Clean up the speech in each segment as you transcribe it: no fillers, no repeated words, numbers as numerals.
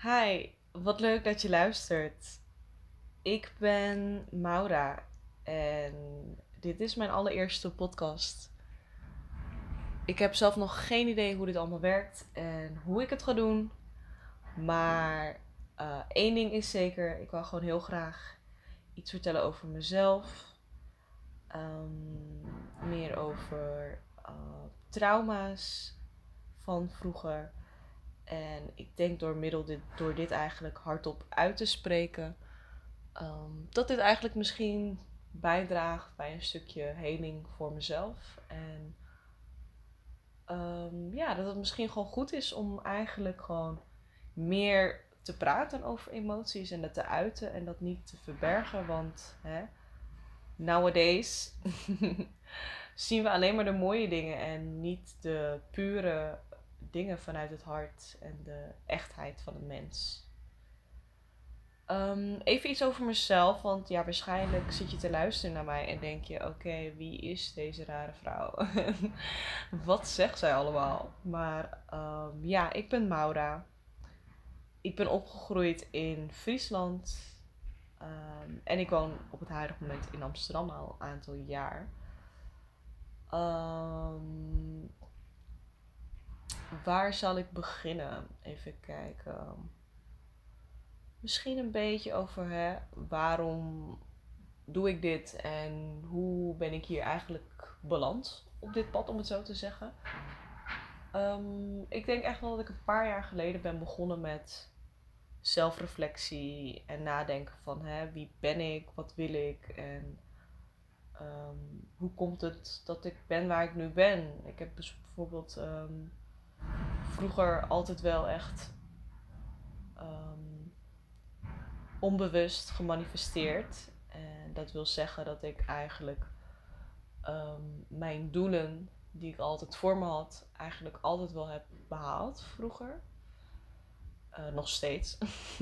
Hi, wat leuk dat je luistert. Ik ben Maura en dit is mijn allereerste podcast. Ik heb zelf nog geen idee hoe dit allemaal werkt en hoe ik het ga doen. Maar één ding is zeker, ik wil gewoon heel graag iets vertellen over mezelf. Meer over trauma's van vroeger. En ik denk door dit eigenlijk hardop uit te spreken, dat dit eigenlijk misschien bijdraagt bij een stukje heling voor mezelf. En ja, dat het misschien gewoon goed is om eigenlijk gewoon meer te praten over emoties en dat te uiten en dat niet te verbergen. Want nowadays zien we alleen maar de mooie dingen en niet de pure dingen vanuit het hart en de echtheid van een mens. Even iets over mezelf, want ja, waarschijnlijk zit je te luisteren naar mij en denk je: oké, wie is deze rare vrouw? Wat zegt zij allemaal? Maar ja, ik ben Maura. Ik ben opgegroeid in Friesland. En ik woon op het huidige moment in Amsterdam al een aantal jaar. Ehm, waar zal ik beginnen? Even kijken. Misschien een beetje over waarom doe ik dit en hoe ben ik hier eigenlijk beland op dit pad, om het zo te zeggen. Ik denk echt wel dat ik een paar jaar geleden ben begonnen met zelfreflectie en nadenken van wie ben ik, wat wil ik en hoe komt het dat ik ben waar ik nu ben. Ik heb dus bijvoorbeeld vroeger altijd wel echt ehm, onbewust gemanifesteerd. En dat wil zeggen dat ik eigenlijk mijn doelen die ik altijd voor me had, eigenlijk altijd wel heb behaald vroeger. Nog steeds.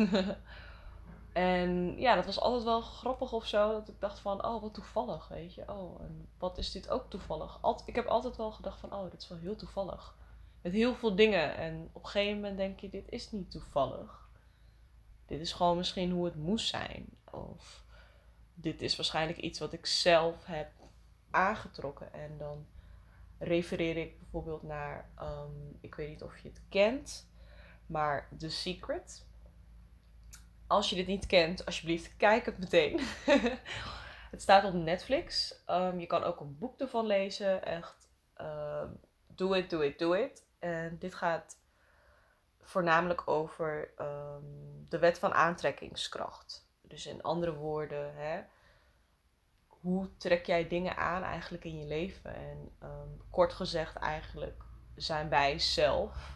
En ja, dat was altijd wel grappig of zo. Dat ik dacht van, oh, wat toevallig, weet je. Oh, en wat is dit ook toevallig? Ik heb altijd wel gedacht van, oh, dit is wel heel toevallig. Met heel veel dingen. En op een gegeven moment denk je, dit is niet toevallig. Dit is gewoon misschien hoe het moest zijn. Of dit is waarschijnlijk iets wat ik zelf heb aangetrokken. En dan refereer ik bijvoorbeeld naar, ik weet niet of je het kent, maar The Secret. Als je dit niet kent, alsjeblieft, kijk het meteen. Het staat op Netflix. Je kan ook een boek ervan lezen. Echt, do it, do it, do it. En dit gaat voornamelijk over de wet van aantrekkingskracht. Dus in andere woorden, hoe trek jij dingen aan eigenlijk in je leven? En kort gezegd eigenlijk zijn wij zelf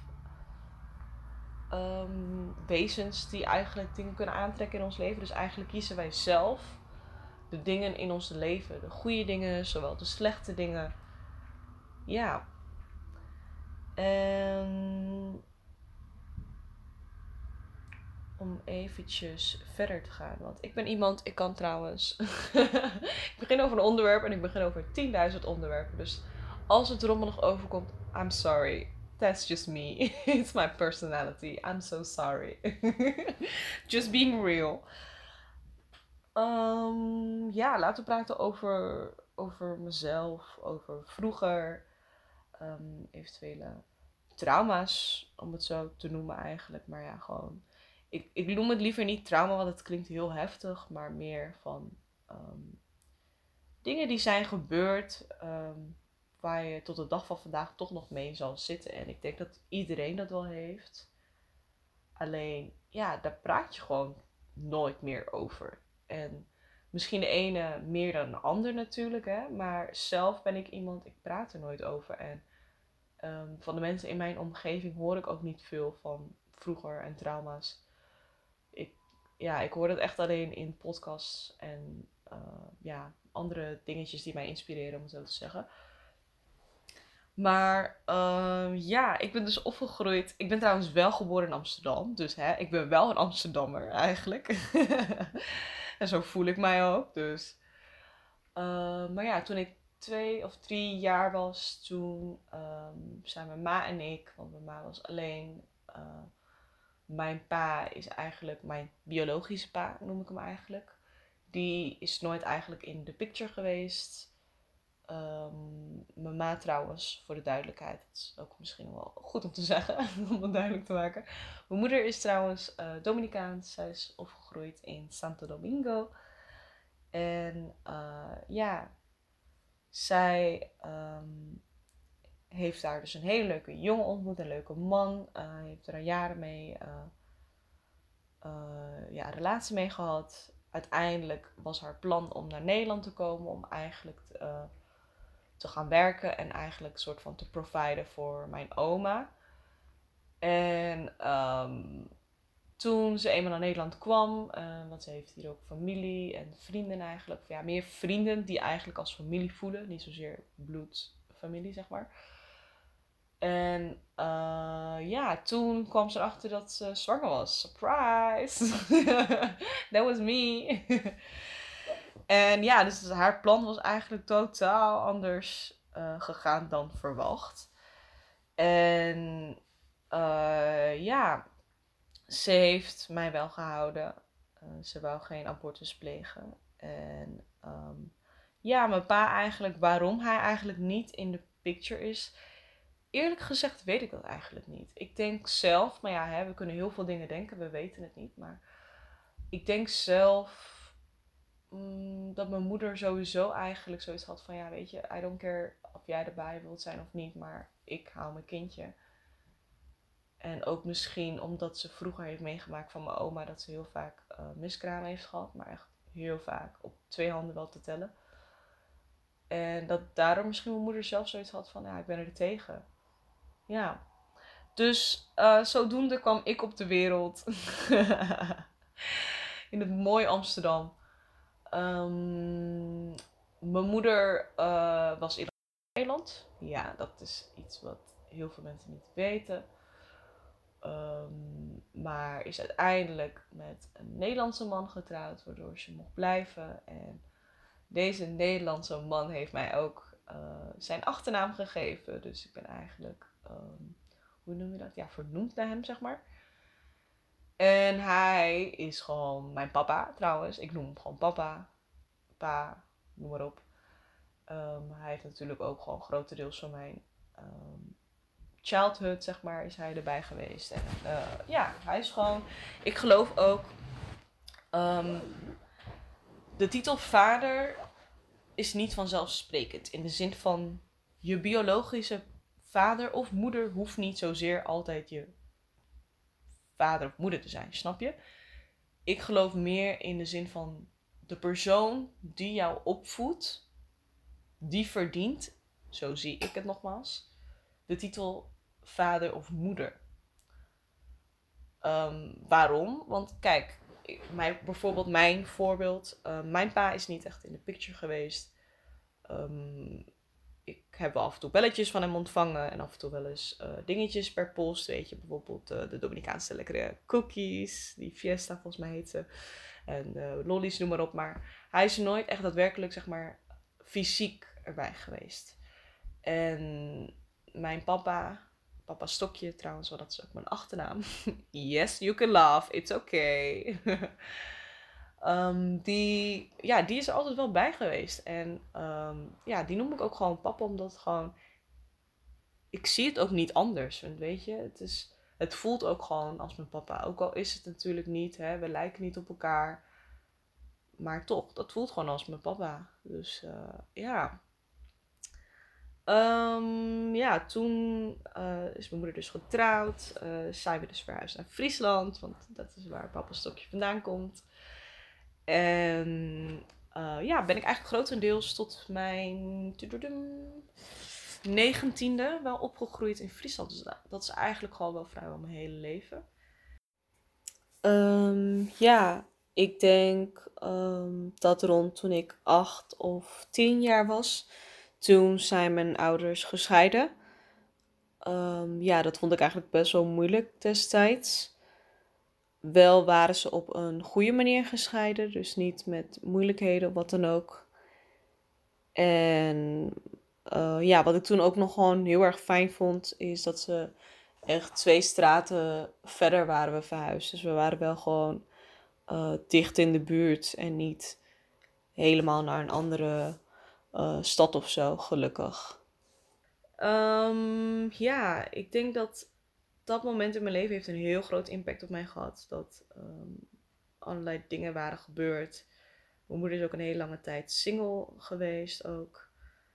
wezens die eigenlijk dingen kunnen aantrekken in ons leven. Dus eigenlijk kiezen wij zelf de dingen in ons leven. De goede dingen, zowel de slechte dingen. Ja. En om eventjes verder te gaan. Want ik ben iemand, ik kan trouwens... ik begin over een onderwerp en ik begin over 10.000 onderwerpen. Dus als het rommelig overkomt, I'm sorry. That's just me. It's my personality. I'm so sorry. Just being real. Ja, laten we praten over mezelf, over vroeger, eventuele trauma's, om het zo te noemen eigenlijk. Maar ja, gewoon, ik noem het liever niet trauma, want het klinkt heel heftig, maar meer van ehm, dingen die zijn gebeurd, waar je tot de dag van vandaag toch nog mee zal zitten. En ik denk dat iedereen dat wel heeft. Alleen, ja, daar praat je gewoon nooit meer over. En misschien de ene meer dan de ander natuurlijk, hè. Maar zelf ben ik iemand, ik praat er nooit over. En van de mensen in mijn omgeving hoor ik ook niet veel van vroeger en trauma's. Ik, ja, ik hoor het echt alleen in podcasts en ja, andere dingetjes die mij inspireren, om het zo te zeggen. Maar ja, ik ben dus opgegroeid. Ik ben trouwens wel geboren in Amsterdam. Dus ik ben wel een Amsterdammer eigenlijk. En zo voel ik mij ook. Dus. Maar ja, toen ik 2 of 3 jaar was, toen zijn mijn ma en ik, want mijn ma was alleen, Mijn pa is eigenlijk mijn biologische pa, noem ik hem eigenlijk. Die is nooit eigenlijk in de picture geweest. Mijn ma trouwens, voor de duidelijkheid. Dat is ook misschien wel goed om te zeggen, om het duidelijk te maken. Mijn moeder is trouwens Dominicaans. Zij is opgegroeid in Santo Domingo. En ja, zij heeft daar dus een hele leuke jongen ontmoet, een leuke man. Heeft er jaren mee een relatie mee gehad. Uiteindelijk was haar plan om naar Nederland te komen, om eigenlijk te gaan werken en eigenlijk een soort van te providen voor mijn oma. En toen ze eenmaal naar Nederland kwam, want ze heeft hier ook familie en vrienden eigenlijk. Ja, meer vrienden die eigenlijk als familie voelen, niet zozeer bloedfamilie, zeg maar. En ja, toen kwam ze erachter dat ze zwanger was. Surprise! That was me. En ja, dus haar plan was eigenlijk totaal anders gegaan dan verwacht. En ja, ze heeft mij wel gehouden. Ze wou geen abortus plegen. En ja, mijn pa eigenlijk, waarom hij eigenlijk niet in de picture is. Eerlijk gezegd weet ik dat eigenlijk niet. Ik denk zelf, maar ja, we kunnen heel veel dingen denken, we weten het niet. Maar ik denk zelf dat mijn moeder sowieso eigenlijk zoiets had van, ja, weet je, I don't care of jij erbij wilt zijn of niet, maar ik hou mijn kindje. En ook misschien omdat ze vroeger heeft meegemaakt van mijn oma dat ze heel vaak miskraam heeft gehad, maar echt heel vaak, op 2 handen wel te tellen. En dat daarom misschien mijn moeder zelf zoiets had van, ja, ik ben er tegen. Ja. Dus zodoende kwam ik op de wereld. In het mooie Amsterdam. Mijn moeder was in Nederland. Ja, dat is iets wat heel veel mensen niet weten. Maar is uiteindelijk met een Nederlandse man getrouwd, waardoor ze mocht blijven. En deze Nederlandse man heeft mij ook zijn achternaam gegeven. Dus ik ben eigenlijk, hoe noem je dat? Ja, vernoemd naar hem, zeg maar. En hij is gewoon mijn papa, trouwens. Ik noem hem gewoon papa, pa, noem maar op. Hij heeft natuurlijk ook gewoon grotendeels van mijn childhood, zeg maar, is hij erbij geweest. En ja, hij is gewoon, ik geloof ook, de titel vader is niet vanzelfsprekend. In de zin van, je biologische vader of moeder hoeft niet zozeer altijd je vader of moeder te zijn, snap je? Ik geloof meer in de zin van, de persoon die jou opvoedt, die verdient, zo zie ik het nogmaals, de titel vader of moeder. Waarom? Want kijk, bijvoorbeeld mijn voorbeeld. Mijn pa is niet echt in de picture geweest. Ik heb wel af en toe belletjes van hem ontvangen. En af en toe wel eens dingetjes per post. Weet je, bijvoorbeeld de Dominicaanse lekkere cookies. Die Fiesta volgens mij heet ze. En lollies, noem maar op. Maar hij is nooit echt daadwerkelijk, zeg maar, fysiek erbij geweest. En mijn papa Stokje trouwens, want dat is ook mijn achternaam. Yes, you can laugh, it's okay. Die is er altijd wel bij geweest. En ja, die noem ik ook gewoon papa, omdat het gewoon, ik zie het ook niet anders, weet je. Het voelt ook gewoon als mijn papa. Ook al is het natuurlijk niet, hè, we lijken niet op elkaar. Maar toch, dat voelt gewoon als mijn papa. Dus ja. Ja, toen is mijn moeder dus getrouwd. Zijn we dus verhuisd naar Friesland, want dat is waar papa Stokje vandaan komt. En ja, ben ik eigenlijk grotendeels tot mijn 19e wel opgegroeid in Friesland. Dus dat is eigenlijk gewoon wel vrijwel mijn hele leven. Ja, ik denk dat rond toen ik 8 of 10 jaar was, toen zijn mijn ouders gescheiden. Ja, dat vond ik eigenlijk best wel moeilijk destijds. Wel waren ze op een goede manier gescheiden, dus niet met moeilijkheden of wat dan ook. En ja, wat ik toen ook nog gewoon heel erg fijn vond, is dat ze echt 2 straten verder waren we verhuisd. Dus we waren wel gewoon dicht in de buurt en niet helemaal naar een andere stad of zo, gelukkig. Ja, ik denk dat dat moment in mijn leven heeft een heel groot impact op mij gehad. Dat allerlei dingen waren gebeurd. Mijn moeder is ook een hele lange tijd single geweest ook.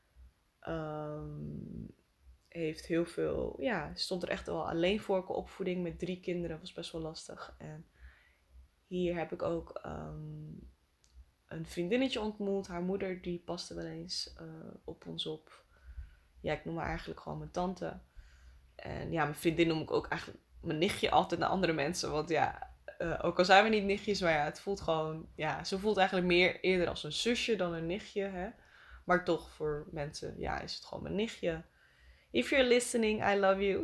Heeft heel veel, ja, stond er echt wel alleen voor qua opvoeding met 3 kinderen. Was best wel lastig. En hier heb ik ook een vriendinnetje ontmoet. Haar moeder die paste wel eens op ons op. Ja, ik noem haar eigenlijk gewoon mijn tante. En ja, mijn vriendin noem ik ook eigenlijk mijn nichtje altijd naar andere mensen. Want ja, ook al zijn we niet nichtjes, maar ja, het voelt gewoon... Ja, ze voelt eigenlijk meer eerder als een zusje dan een nichtje, hè. Maar toch, voor mensen, ja, is het gewoon mijn nichtje. If you're listening, I love you.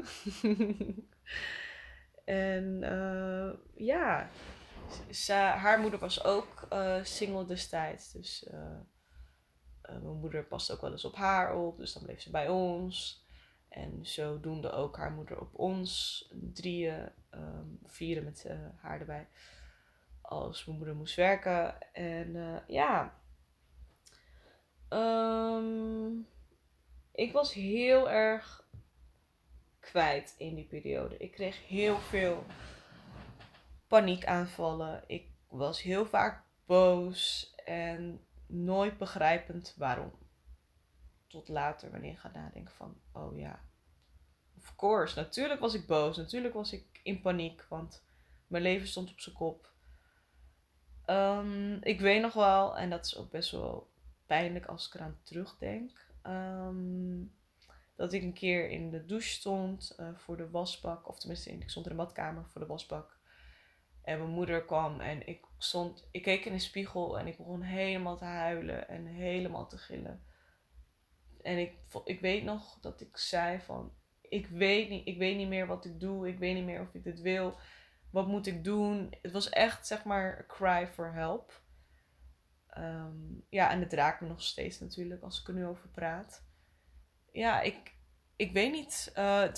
En ja, haar moeder was ook single destijds. Dus mijn moeder past ook wel eens op haar op. Dus dan bleef ze bij ons. En zodoende ook haar moeder op ons. 3, 4 met haar erbij. Als mijn moeder moest werken. En ja. Ik was heel erg kwijt in die periode. Ik kreeg heel veel paniekaanvallen. Ik was heel vaak boos en nooit begrijpend waarom. Tot later, wanneer ik ga nadenken van, oh ja, of course, natuurlijk was ik boos. Natuurlijk was ik in paniek, want mijn leven stond op zijn kop. Ik weet nog wel, en dat is ook best wel pijnlijk als ik eraan terugdenk. Dat ik een keer in de douche stond voor de wasbak. Of tenminste, ik stond in de badkamer voor de wasbak. En mijn moeder kwam en ik keek in de spiegel en ik begon helemaal te huilen en helemaal te gillen. En ik weet nog dat ik zei van, ik weet niet meer wat ik doe. Ik weet niet meer of ik dit wil. Wat moet ik doen? Het was echt, zeg maar, a cry for help. Ja, en het raakt me nog steeds natuurlijk als ik er nu over praat. Ja, ik weet niet.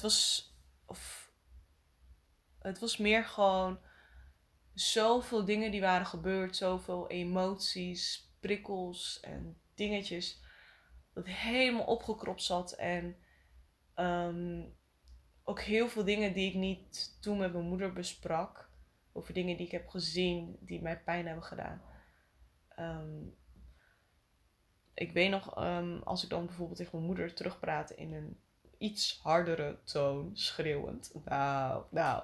Het was meer gewoon zoveel dingen die waren gebeurd. Zoveel emoties, prikkels en dingetjes. Dat helemaal opgekropt zat. En ook heel veel dingen die ik niet toen met mijn moeder besprak. Over dingen die ik heb gezien die mij pijn hebben gedaan. Ik weet nog, als ik dan bijvoorbeeld tegen mijn moeder terugpraatte in een iets hardere toon, schreeuwend. Nou.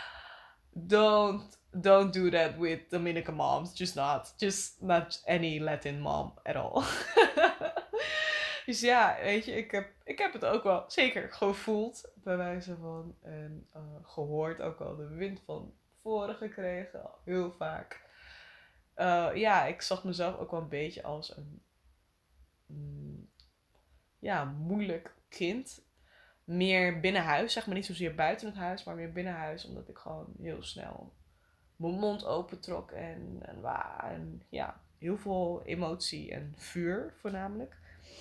Don't do that with Dominican moms. Just not any Latin mom at all. Dus ja, weet je, ik heb het ook wel zeker gevoeld, bij wijze van. En gehoord, ook al de wind van voren gekregen, heel vaak. Ja, ik zag mezelf ook wel een beetje als een ja, moeilijk kind. Meer binnen huis, zeg maar niet zozeer buiten het huis, maar meer binnen huis. Omdat ik gewoon heel snel mijn mond opentrok en ja, heel veel emotie en vuur voornamelijk.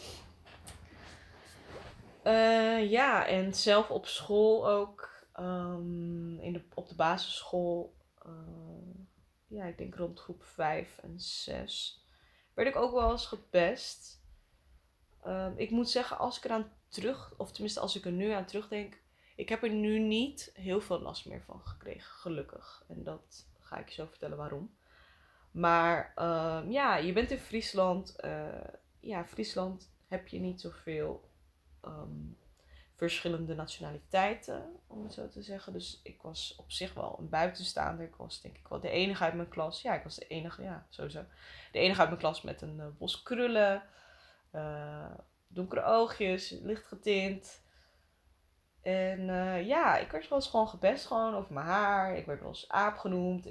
Ja, en zelf op school ook. Op de basisschool. Ja, ik denk rond groep 5 en 6. Werd ik ook wel eens gepest. Ik moet zeggen, als ik eraan of tenminste als ik er nu aan terugdenk, ik heb er nu niet heel veel last meer van gekregen, gelukkig. En dat ga ik je zo vertellen waarom. Maar ja, je bent in Friesland. Ja, Friesland heb je niet zoveel verschillende nationaliteiten, om het zo te zeggen. Dus ik was op zich wel een buitenstaander. Ik was denk ik wel de enige uit mijn klas. Ja, ik was de enige, ja, sowieso. De enige uit mijn klas met een bos krullen. Donkere oogjes, licht getint. En ja, ik werd wel eens gewoon gepest gewoon over mijn haar. Ik werd wel eens aap genoemd.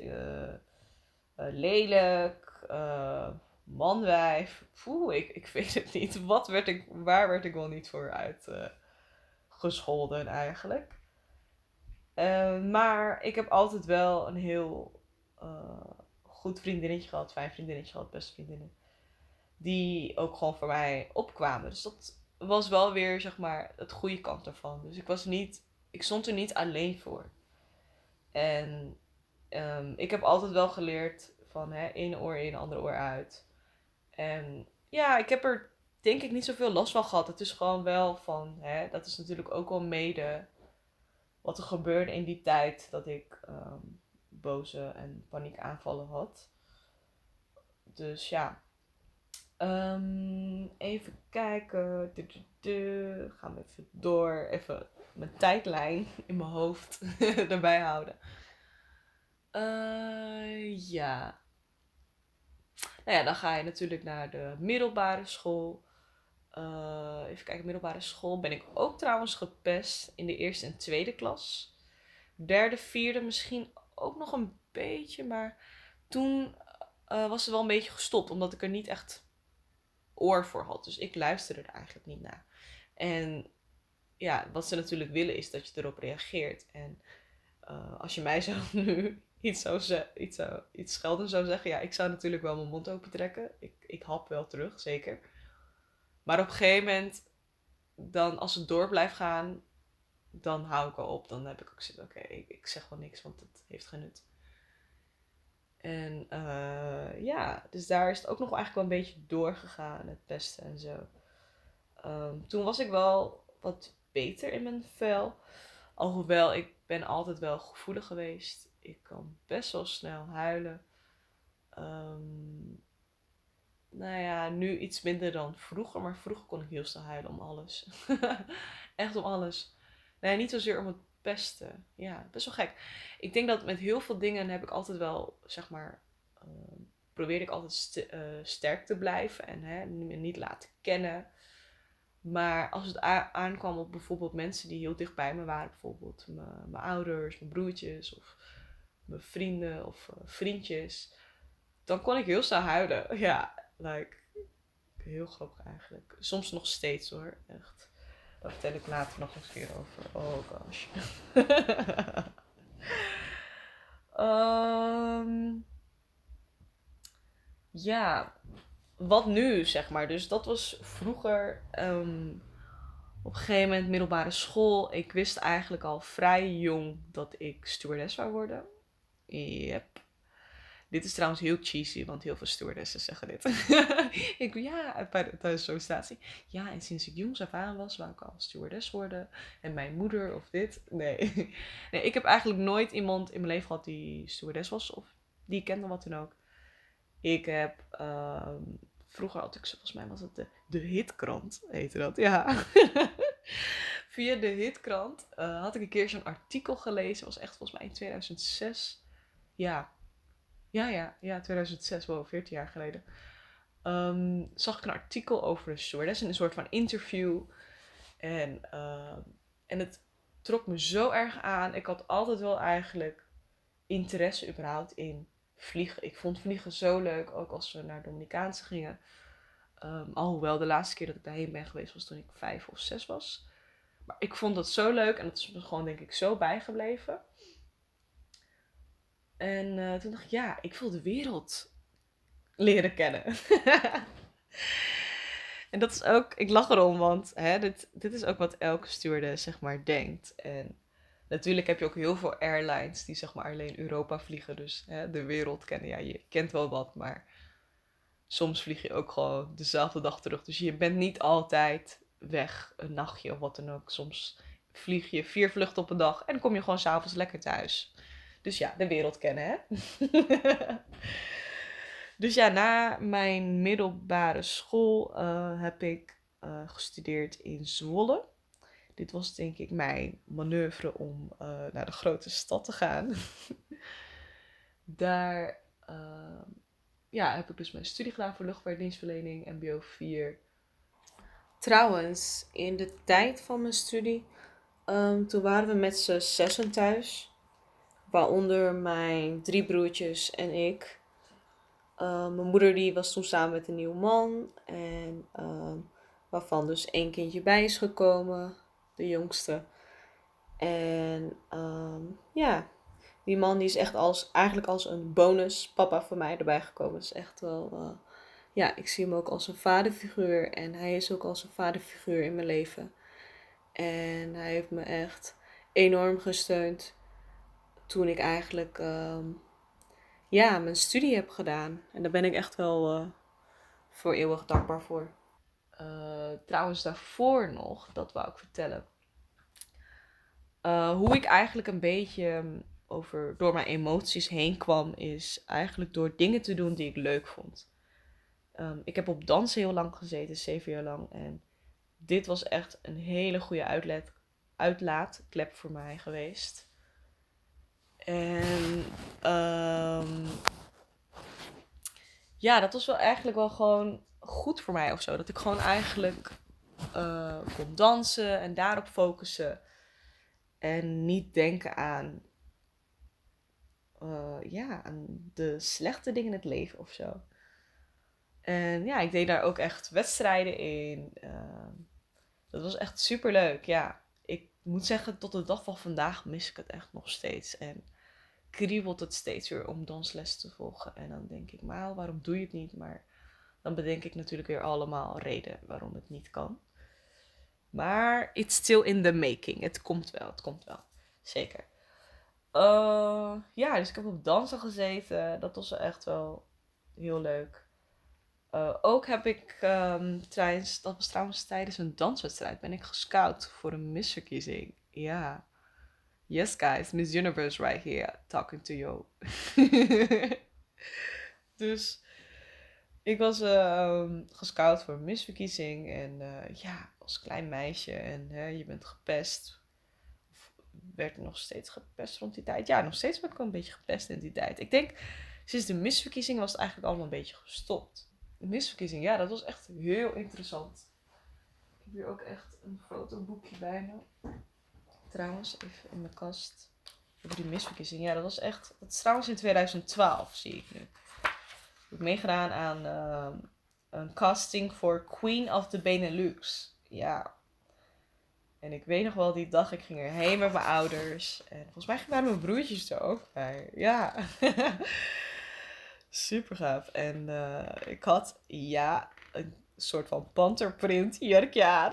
Lelijk. Manwijf. Poeh, ik weet het niet. Waar werd ik wel niet voor uitgescholden eigenlijk. Maar ik heb altijd wel een heel goed vriendinnetje gehad. Fijn vriendinnetje gehad, beste vriendinnen. Die ook gewoon voor mij opkwamen. Dus dat was wel weer, zeg maar, het goede kant ervan. Dus ik was niet ik stond er niet alleen voor. En ik heb altijd wel geleerd van ene oor in, andere oor uit. En ja, ik heb er denk ik niet zoveel last van gehad. Het is gewoon wel van, dat is natuurlijk ook wel mede wat er gebeurde in die tijd dat ik boze en paniekaanvallen had. Dus ja, even kijken. Gaan we even door. Even mijn tijdlijn in mijn hoofd erbij houden. Ja. Nou ja, dan ga je natuurlijk naar de middelbare school. Even kijken, middelbare school ben ik ook trouwens gepest in de eerste en tweede klas. Derde, vierde misschien ook nog een beetje, maar toen was het wel een beetje gestopt, omdat ik er niet echt oor voor had. Dus ik luisterde er eigenlijk niet naar. En ja, wat ze natuurlijk willen is dat je erop reageert. En als je mij zou nu iets schelden zou zeggen, ja, ik zou natuurlijk wel mijn mond open trekken. Ik hap wel terug, zeker. Maar op een gegeven moment, dan als het door blijft gaan, dan hou ik wel op. Dan heb ik ook zoiets, oké, ik zeg wel niks, want het heeft geen nut. En ja, dus daar is het ook nog eigenlijk wel een beetje doorgegaan, het pesten en zo. Toen was ik wel wat beter in mijn vel. Alhoewel, ik ben altijd wel gevoelig geweest. Ik kan best wel snel huilen. Nou ja, nu iets minder dan vroeger. Maar vroeger kon ik heel snel huilen om alles. Echt om alles. Nee, niet zozeer om het pesten. Ja, best wel gek. Ik denk dat met heel veel dingen heb ik altijd wel, zeg maar... probeerde ik altijd sterk te blijven. En me niet laten kennen. Maar als het aankwam op bijvoorbeeld mensen die heel dicht bij me waren. Bijvoorbeeld mijn ouders, mijn broertjes of mijn vrienden of vriendjes. Dan kon ik heel snel huilen. Ja, like, heel grappig eigenlijk. Soms nog steeds hoor, echt. Daar vertel ik later nog eens een keer over. Oh gosh. Ja, wat nu zeg maar. Dus dat was vroeger op een gegeven moment middelbare school. Ik wist eigenlijk al vrij jong dat ik stewardess zou worden. Yep. Dit is trouwens heel cheesy, want heel veel stewardessen zeggen dit. Tijdens zo'n statie. Ja, en sinds ik jongs af aan was, wou ik al stewardess worden. En mijn moeder of dit. Nee. Nee, ik heb eigenlijk nooit iemand in mijn leven gehad die stewardess was. Of die kende wat dan ook. Ik heb... vroeger had ik, volgens mij was het de Hitkrant, heette dat. Ja. Via de Hitkrant had ik een keer zo'n artikel gelezen. Dat was echt volgens mij in 2006. Ja, 2006, wow, 14 jaar geleden. Zag ik een artikel over een stewardess, een soort van interview. En het trok me zo erg aan. Ik had altijd wel eigenlijk interesse überhaupt in vliegen. Ik vond vliegen zo leuk, ook als we naar Dominicaanse gingen. Alhoewel de laatste keer dat ik daarheen ben geweest was toen ik 5 of 6 was. Maar ik vond dat zo leuk en dat is me gewoon denk ik zo bijgebleven. En toen dacht ik, ja, ik wil de wereld leren kennen. En dat is ook, ik lach erom, want dit is ook wat elke stewardess zeg maar denkt. En natuurlijk heb je ook heel veel airlines die zeg maar alleen Europa vliegen, dus de wereld kennen. Ja, je kent wel wat, maar soms vlieg je ook gewoon dezelfde dag terug. Dus je bent niet altijd weg, een nachtje of wat dan ook. Soms vlieg je 4 vluchten op een dag en dan kom je gewoon 's avonds lekker thuis. Dus ja, de wereld kennen, hè. Dus ja, na mijn middelbare school heb ik gestudeerd in Zwolle. Dit was denk ik mijn manoeuvre om naar de grote stad te gaan. Daar heb ik dus mijn studie gedaan voor luchtvaartdienstverlening, MBO 4. Trouwens, in de tijd van mijn studie, toen waren we met z'n 6 thuis. Waaronder mijn 3 broertjes en ik. Mijn moeder die was toen samen met een nieuwe man. En waarvan dus 1 kindje bij is gekomen. De jongste. En die man die is echt eigenlijk als een bonus papa voor mij erbij gekomen. Dat is echt wel... ik zie hem ook als een vaderfiguur. En hij is ook als een vaderfiguur in mijn leven. En hij heeft me echt... enorm gesteund toen ik eigenlijk mijn studie heb gedaan. En daar ben ik echt wel voor eeuwig dankbaar voor. Trouwens, daarvoor nog, dat wou ik vertellen. Hoe ik eigenlijk een beetje door mijn emoties heen kwam, is eigenlijk door dingen te doen die ik leuk vond. Ik heb op dansen heel lang gezeten, 7 jaar lang. En dit was echt een hele goede uitlaatklep voor mij geweest. En dat was wel eigenlijk wel gewoon goed voor mij of zo. Dat ik gewoon eigenlijk kon dansen en daarop focussen. En niet denken aan, aan de slechte dingen in het leven of zo. En ja, ik deed daar ook echt wedstrijden in. Dat was echt super leuk. Ja, ik moet zeggen, tot de dag van vandaag mis ik het echt nog steeds. En kriebelt het steeds weer om dansles te volgen. En dan denk ik, maar waarom doe je het niet? Maar dan bedenk ik natuurlijk weer allemaal redenen waarom het niet kan. Maar it's still in the making. Het komt wel. Zeker. Dus ik heb op dansen gezeten. Dat was echt wel heel leuk. Ook heb ik dat was trouwens tijdens een danswedstrijd, ben ik gescout voor een missverkiezing. Ja. Yes guys, Miss Universe right here, talking to you. Dus ik was gescout voor een misverkiezing en als klein meisje en je bent gepest. Of werd nog steeds gepest rond die tijd. Ja, nog steeds ben ik wel een beetje gepest in die tijd. Ik denk, sinds de misverkiezing was het eigenlijk allemaal een beetje gestopt. De misverkiezing, ja, dat was echt heel interessant. Ik heb hier ook echt een fotoboekje bij me. Trouwens, even in mijn kast. Over die misverkiezing. Ja, dat was echt... Dat is trouwens in 2012, zie ik nu. Ik heb meegedaan aan een casting voor Queen of the Benelux. Ja. En ik weet nog wel die dag, ik ging erheen met mijn ouders. En volgens mij waren mijn broertjes er ook bij. Ja. Super gaaf. En ik had, een soort van panterprint jurkje aan.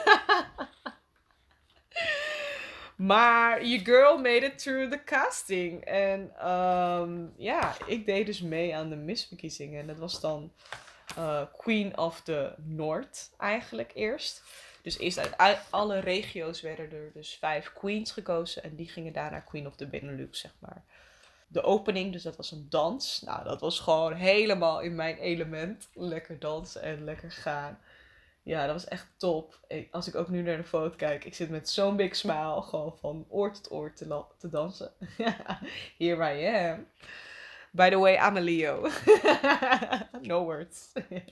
Maar je girl made it through the casting. En ik deed dus mee aan de misverkiezingen. En dat was dan Queen of the North eigenlijk eerst. Dus eerst uit alle regio's werden er dus 5 queens gekozen. En die gingen daarna Queen of the Benelux, zeg maar. De opening, dus dat was een dans. Nou, dat was gewoon helemaal in mijn element. Lekker dansen en lekker gaan. Ja, dat was echt top. Als ik ook nu naar de foto kijk, ik zit met zo'n big smile gewoon van oor tot oor te dansen. Here I am. By the way, I'm a Leo. No words.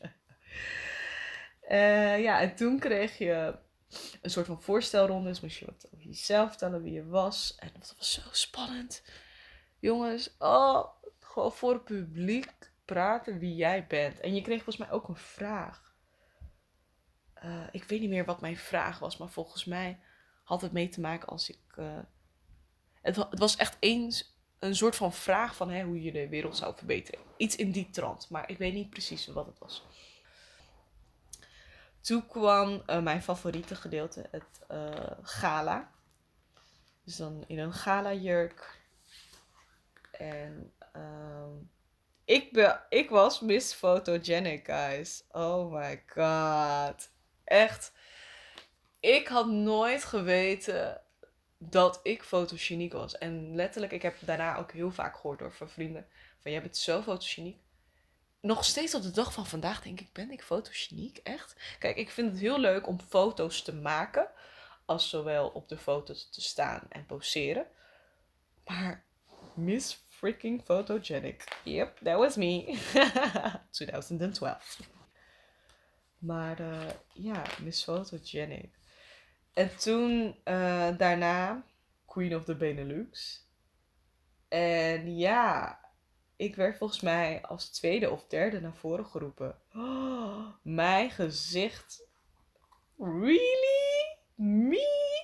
En toen kreeg je een soort van voorstelronde. Dus moest je wat over jezelf vertellen, wie je was. En dat was zo spannend. Jongens, gewoon voor het publiek praten wie jij bent. En je kreeg volgens mij ook een vraag. Ik weet niet meer wat mijn vraag was, maar volgens mij had het mee te maken als ik... Het was echt een soort van vraag van hoe je de wereld zou verbeteren. Iets in die trant, maar ik weet niet precies wat het was. Toen kwam mijn favoriete gedeelte, het gala. Dus dan in een gala jurk. En ik was Miss Photogenic, guys. Oh my god. Echt. Ik had nooit geweten dat ik fotogeniek was. En letterlijk, ik heb daarna ook heel vaak gehoord door van vrienden. Van, jij bent zo fotogeniek. Nog steeds op de dag van vandaag denk ik, ben ik fotogeniek? Echt? Kijk, ik vind het heel leuk om foto's te maken. Als zowel op de foto's te staan en poseren. Maar Miss freaking photogenic. Yep, that was me. 2012. Maar Miss Photogenic. En toen daarna Queen of the Benelux. En ja, ik werd volgens mij als tweede of derde naar voren geroepen. Oh, mijn gezicht. Really? Me?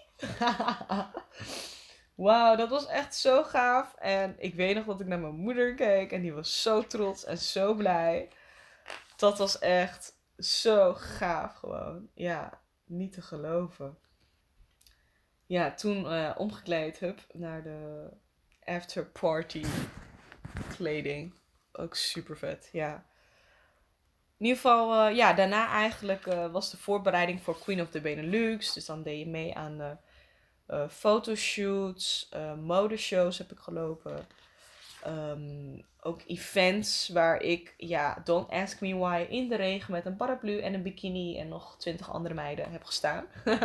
Wauw, dat was echt zo gaaf. En ik weet nog dat ik naar mijn moeder keek en die was zo trots en zo blij. Dat was echt zo gaaf gewoon. Ja, niet te geloven. Ja, toen omgekleed, hup, naar de after party kleding. Ook super vet, ja. In ieder geval, ja, daarna eigenlijk was de voorbereiding voor Queen of the Benelux. Dus dan deed je mee aan fotoshoots, modeshows heb ik gelopen. Ook events waar ik, ja, don't ask me why, in de regen met een paraplu en een bikini en nog 20 andere meiden heb gestaan.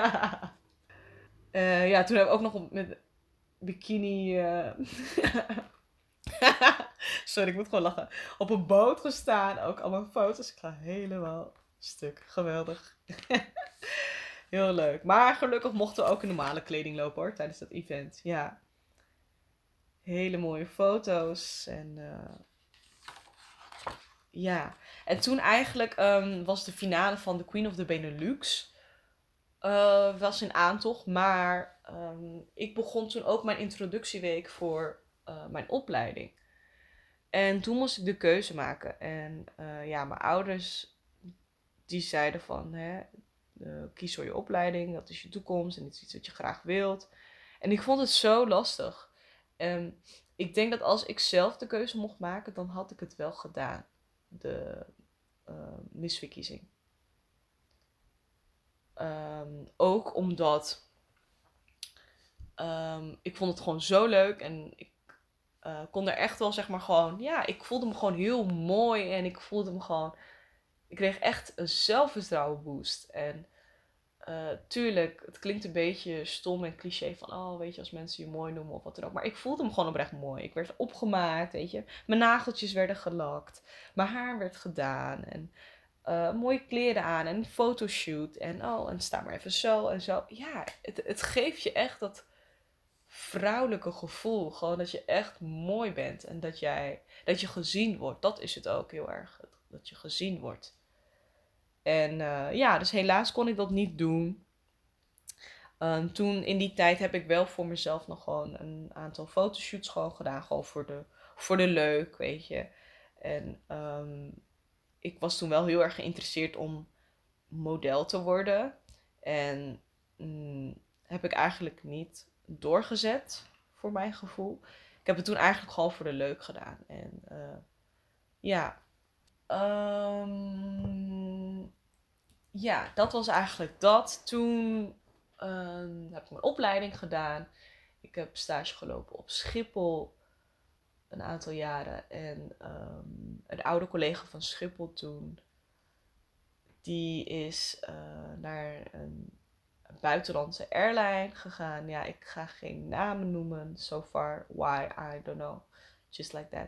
Ja, toen heb ik ook nog met bikini. Sorry, ik moet gewoon lachen. Op een boot gestaan. Ook allemaal foto's. Ik ga helemaal stuk. Geweldig. Heel leuk. Maar gelukkig mochten we ook in normale kleding lopen hoor. Tijdens dat event. Ja. Hele mooie foto's. En ja. En toen eigenlijk was de finale van de Queen of the Benelux. Was in aantocht. Maar ik begon toen ook mijn introductieweek voor mijn opleiding. En toen moest ik de keuze maken. En ja, mijn ouders die zeiden van, hè, kies voor je opleiding, dat is je toekomst en dit is iets wat je graag wilt. En ik vond het zo lastig. En ik denk dat als ik zelf de keuze mocht maken, dan had ik het wel gedaan. De misverkiezing. Ook omdat ik vond het gewoon zo leuk en ik kon er echt wel zeg maar gewoon, ja, ik voelde me gewoon heel mooi en ik voelde me gewoon, ik kreeg echt een zelfvertrouwen boost. En tuurlijk, het klinkt een beetje stom en cliché van, oh, weet je, als mensen je mooi noemen of wat dan ook. Maar ik voelde me gewoon oprecht mooi. Ik werd opgemaakt, weet je. Mijn nageltjes werden gelakt. Mijn haar werd gedaan. En mooie kleren aan. En een fotoshoot. En oh, en sta maar even zo en zo. Ja, het geeft je echt dat vrouwelijke gevoel. Gewoon dat je echt mooi bent. En dat je gezien wordt. Dat is het ook heel erg. Dat je gezien wordt. En ja, dus helaas kon ik dat niet doen. Toen in die tijd heb ik wel voor mezelf nog gewoon een aantal fotoshoots gewoon gedaan. Gewoon voor de leuk, weet je. En ik was toen wel heel erg geïnteresseerd om model te worden. En heb ik eigenlijk niet doorgezet, voor mijn gevoel. Ik heb het toen eigenlijk gewoon voor de leuk gedaan. En ja, ja, dat was eigenlijk dat. Toen heb ik mijn opleiding gedaan. Ik heb stage gelopen op Schiphol een aantal jaren. En een oude collega van Schiphol toen, die is naar een buitenlandse airline gegaan. Ja, ik ga geen namen noemen. So far, why, I don't know. Just like that.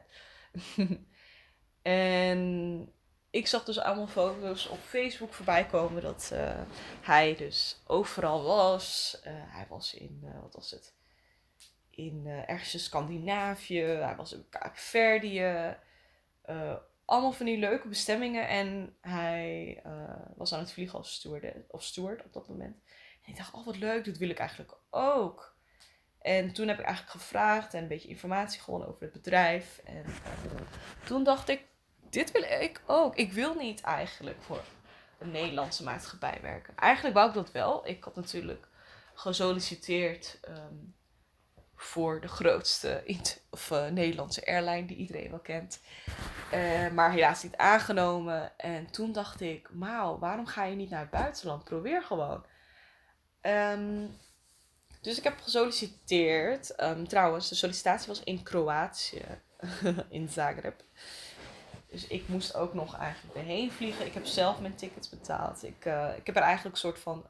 En ik zag dus allemaal foto's op Facebook voorbij komen dat hij dus overal was. Hij was in, wat was het? In ergens in Scandinavië. Hij was in Kaapverdië. Allemaal van die leuke bestemmingen. En hij was aan het vliegen als steward op dat moment. En ik dacht, oh wat leuk, dat wil ik eigenlijk ook. En toen heb ik eigenlijk gevraagd en een beetje informatie gewonnen over het bedrijf. En toen dacht ik, dit wil ik ook. Ik wil niet eigenlijk voor een Nederlandse maatschappij werken. Eigenlijk wou ik dat wel. Ik had natuurlijk gesolliciteerd voor de grootste Nederlandse airline die iedereen wel kent. Maar helaas niet aangenomen. En toen dacht ik, Mauw, waarom ga je niet naar het buitenland? Probeer gewoon. Dus ik heb gesolliciteerd. Trouwens, de sollicitatie was in Kroatië. In Zagreb. Dus ik moest ook nog eigenlijk erheen vliegen. Ik heb zelf mijn tickets betaald. Ik heb er eigenlijk een soort van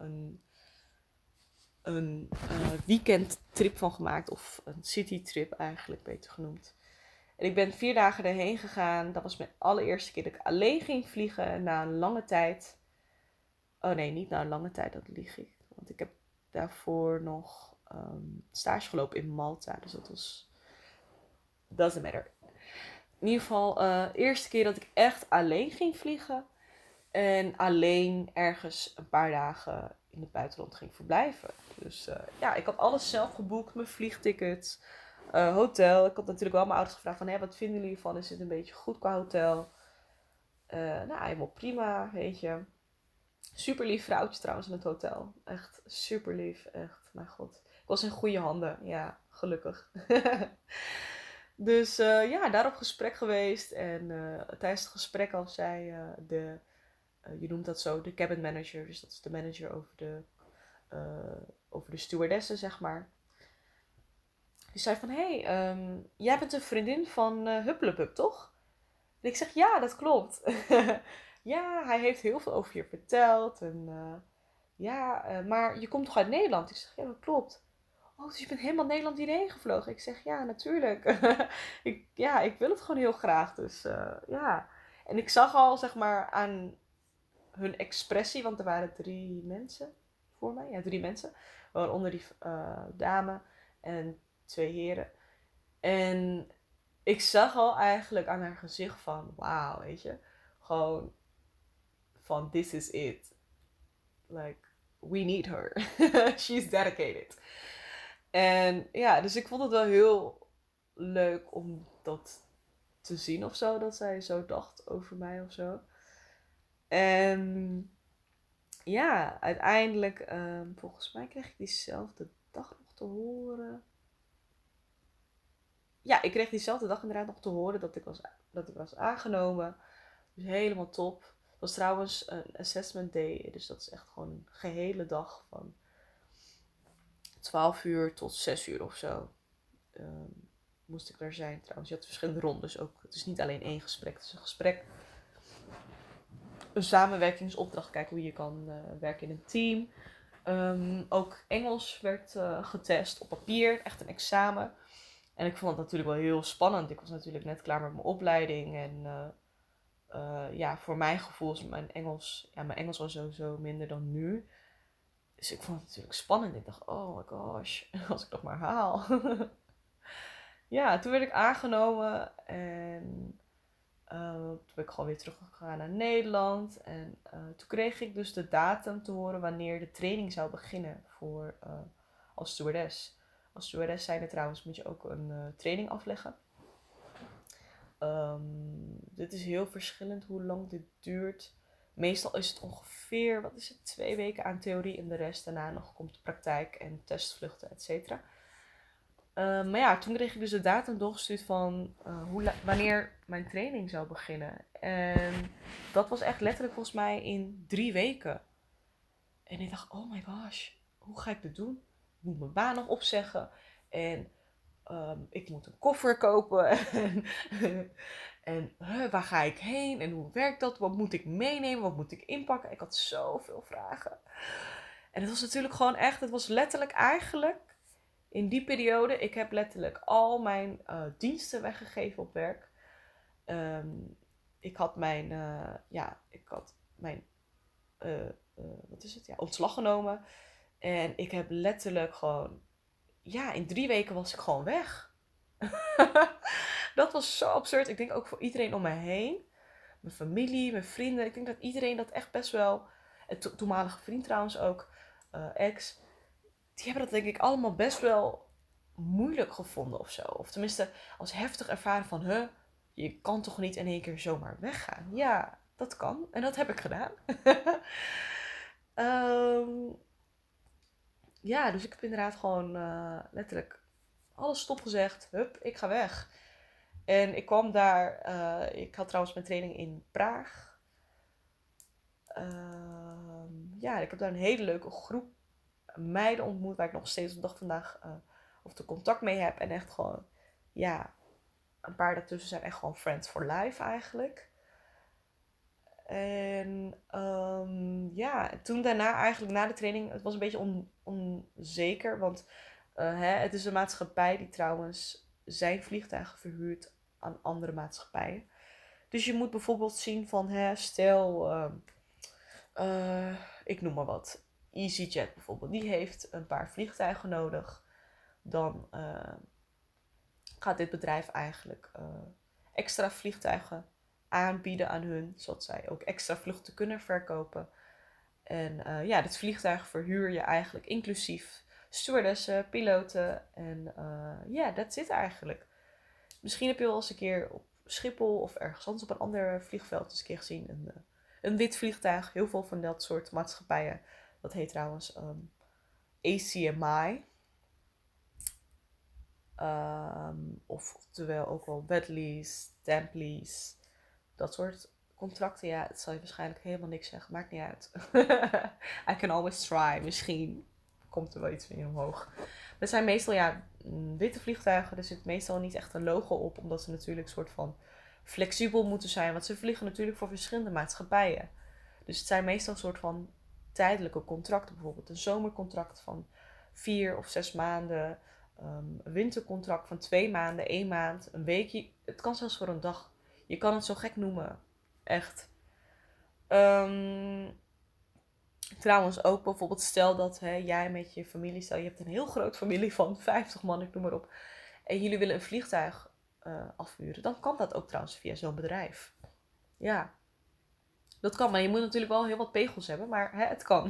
een weekendtrip van gemaakt. Of een citytrip eigenlijk, beter genoemd. En ik ben 4 dagen erheen gegaan. Dat was mijn allereerste keer dat ik alleen ging vliegen. Na een lange tijd. Oh nee, niet na een lange tijd, dat lieg ik. Want ik heb daarvoor nog stage gelopen in Malta. Dus dat was... Doesn't matter. In ieder geval, eerste keer dat ik echt alleen ging vliegen. En alleen ergens een paar dagen in het buitenland ging verblijven. Dus ja, ik had alles zelf geboekt. Mijn vliegtickets, hotel. Ik had natuurlijk wel mijn ouders gevraagd van... Hé, wat vinden jullie van? Is dit een beetje goed qua hotel? Nou, helemaal prima, weet je. Super lief vrouwtje trouwens in het hotel. Echt super lief, echt. Mijn god. Ik was in goede handen, ja, gelukkig. Dus ja, daarop gesprek geweest. En tijdens het gesprek al zei je noemt dat zo, de cabin manager. Dus dat is de manager over de stewardessen, zeg maar. Die zei van, hé, jij bent een vriendin van Hupplepup, toch? En ik zeg, ja, dat klopt. Ja, hij heeft heel veel over je verteld. En maar je komt toch uit Nederland? Ik zeg, ja, dat klopt. Oh, dus je bent helemaal Nederland hierheen gevlogen? Ik zeg, ja, natuurlijk. Ik wil het gewoon heel graag. Dus ja. En ik zag al, zeg maar, aan hun expressie, want er waren 3 mensen voor mij. Ja, 3 mensen. Waaronder die dame en 2 heren. En ik zag al eigenlijk aan haar gezicht van, wauw, weet je. Gewoon van, this is it. Like, we need her. She's dedicated. En ja, dus ik vond het wel heel leuk om dat te zien of zo. Dat zij zo dacht over mij of zo. En ja, uiteindelijk, volgens mij kreeg ik diezelfde dag nog te horen. Ja, ik kreeg diezelfde dag inderdaad nog te horen dat ik was aangenomen. Dus helemaal top. Het was trouwens een assessment day. Dus dat is echt gewoon een gehele dag van 12 uur tot 6 uur of zo. Moest ik daar zijn trouwens. Je had verschillende rondes ook. Het is niet alleen 1 gesprek. Het is een gesprek. Een samenwerkingsopdracht. Kijken hoe je kan werken in een team. Ook Engels werd getest op papier. Echt een examen. En ik vond het natuurlijk wel heel spannend. Ik was natuurlijk net klaar met mijn opleiding. En voor mijn gevoel is mijn Engels was sowieso minder dan nu. Dus ik vond het natuurlijk spannend. Ik dacht, oh my gosh, als ik dat maar haal. Ja, toen werd ik aangenomen. En toen ben ik gewoon weer teruggegaan naar Nederland. En toen kreeg ik dus de datum te horen wanneer de training zou beginnen als stewardess. Als stewardess zijn er trouwens, moet je ook een training afleggen. Dit is heel verschillend hoe lang dit duurt. Meestal is het ongeveer, 2 weken aan theorie en de rest daarna nog komt de praktijk en testvluchten, et cetera. Maar ja, toen kreeg ik dus de datum doorgestuurd van wanneer mijn training zou beginnen. En dat was echt letterlijk volgens mij in 3 weken. En ik dacht, oh my gosh, hoe ga ik dit doen? Ik moet mijn baan nog opzeggen. En ik moet een koffer kopen. En waar ga ik heen? En hoe werkt dat? Wat moet ik meenemen? Wat moet ik inpakken? Ik had zoveel vragen. En het was natuurlijk gewoon echt, het was letterlijk eigenlijk in die periode, ik heb letterlijk al mijn diensten weggegeven op werk. Ik had mijn ontslag genomen. En ik heb letterlijk gewoon, in 3 weken was ik gewoon weg. Dat was zo absurd. Ik denk ook voor iedereen om mij heen. Mijn familie, mijn vrienden. Ik denk dat iedereen dat echt best wel, en toenmalige vriend trouwens ook, ex, die hebben dat denk ik allemaal best wel moeilijk gevonden of zo. Of tenminste als heftig ervaren van, je kan toch niet in één keer zomaar weggaan? Ja, dat kan. En dat heb ik gedaan. Dus ik heb inderdaad gewoon letterlijk alles stopgezegd. Hup, ik ga weg. En ik kwam daar, ik had trouwens mijn training in Praag. Ik heb daar een hele leuke groep meiden ontmoet, waar ik nog steeds op de dag vandaag de contact mee heb. En echt gewoon, een paar daartussen zijn echt gewoon friends for life eigenlijk. En toen daarna eigenlijk, na de training, het was een beetje onzeker. Want het is een maatschappij die trouwens zijn vliegtuigen verhuurt aan andere maatschappijen. Dus je moet bijvoorbeeld zien van, stel, ik noem maar wat, EasyJet bijvoorbeeld, die heeft een paar vliegtuigen nodig. Dan gaat dit bedrijf eigenlijk extra vliegtuigen aanbieden aan hun, zodat zij ook extra vluchten kunnen verkopen. En dit vliegtuig verhuur je eigenlijk inclusief stewardessen, piloten en that's it eigenlijk. Misschien heb je wel eens een keer op Schiphol of ergens anders op een ander vliegveld eens een keer gezien. Een wit vliegtuig, heel veel van dat soort maatschappijen. Dat heet trouwens ACMI. Oftewel ook wel wet lease, temp lease. Dat soort contracten. Ja, het zal je waarschijnlijk helemaal niks zeggen. Maakt niet uit. I can always try. Misschien komt er wel iets meer omhoog. Het zijn meestal witte vliegtuigen. Er zit meestal niet echt een logo op. Omdat ze natuurlijk een soort van flexibel moeten zijn. Want ze vliegen natuurlijk voor verschillende maatschappijen. Dus het zijn meestal een soort van tijdelijke contracten. Bijvoorbeeld een zomercontract van 4 of 6 maanden. Een wintercontract van 2 maanden, 1 maand, een weekje. Het kan zelfs voor een dag. Je kan het zo gek noemen. Echt. Trouwens ook bijvoorbeeld stel dat jij met je familie, stel je hebt een heel groot familie van 50 man, ik noem maar op. En jullie willen een vliegtuig afhuren. Dan kan dat ook trouwens via zo'n bedrijf. Ja, dat kan. Maar je moet natuurlijk wel heel wat pegels hebben. Maar het kan.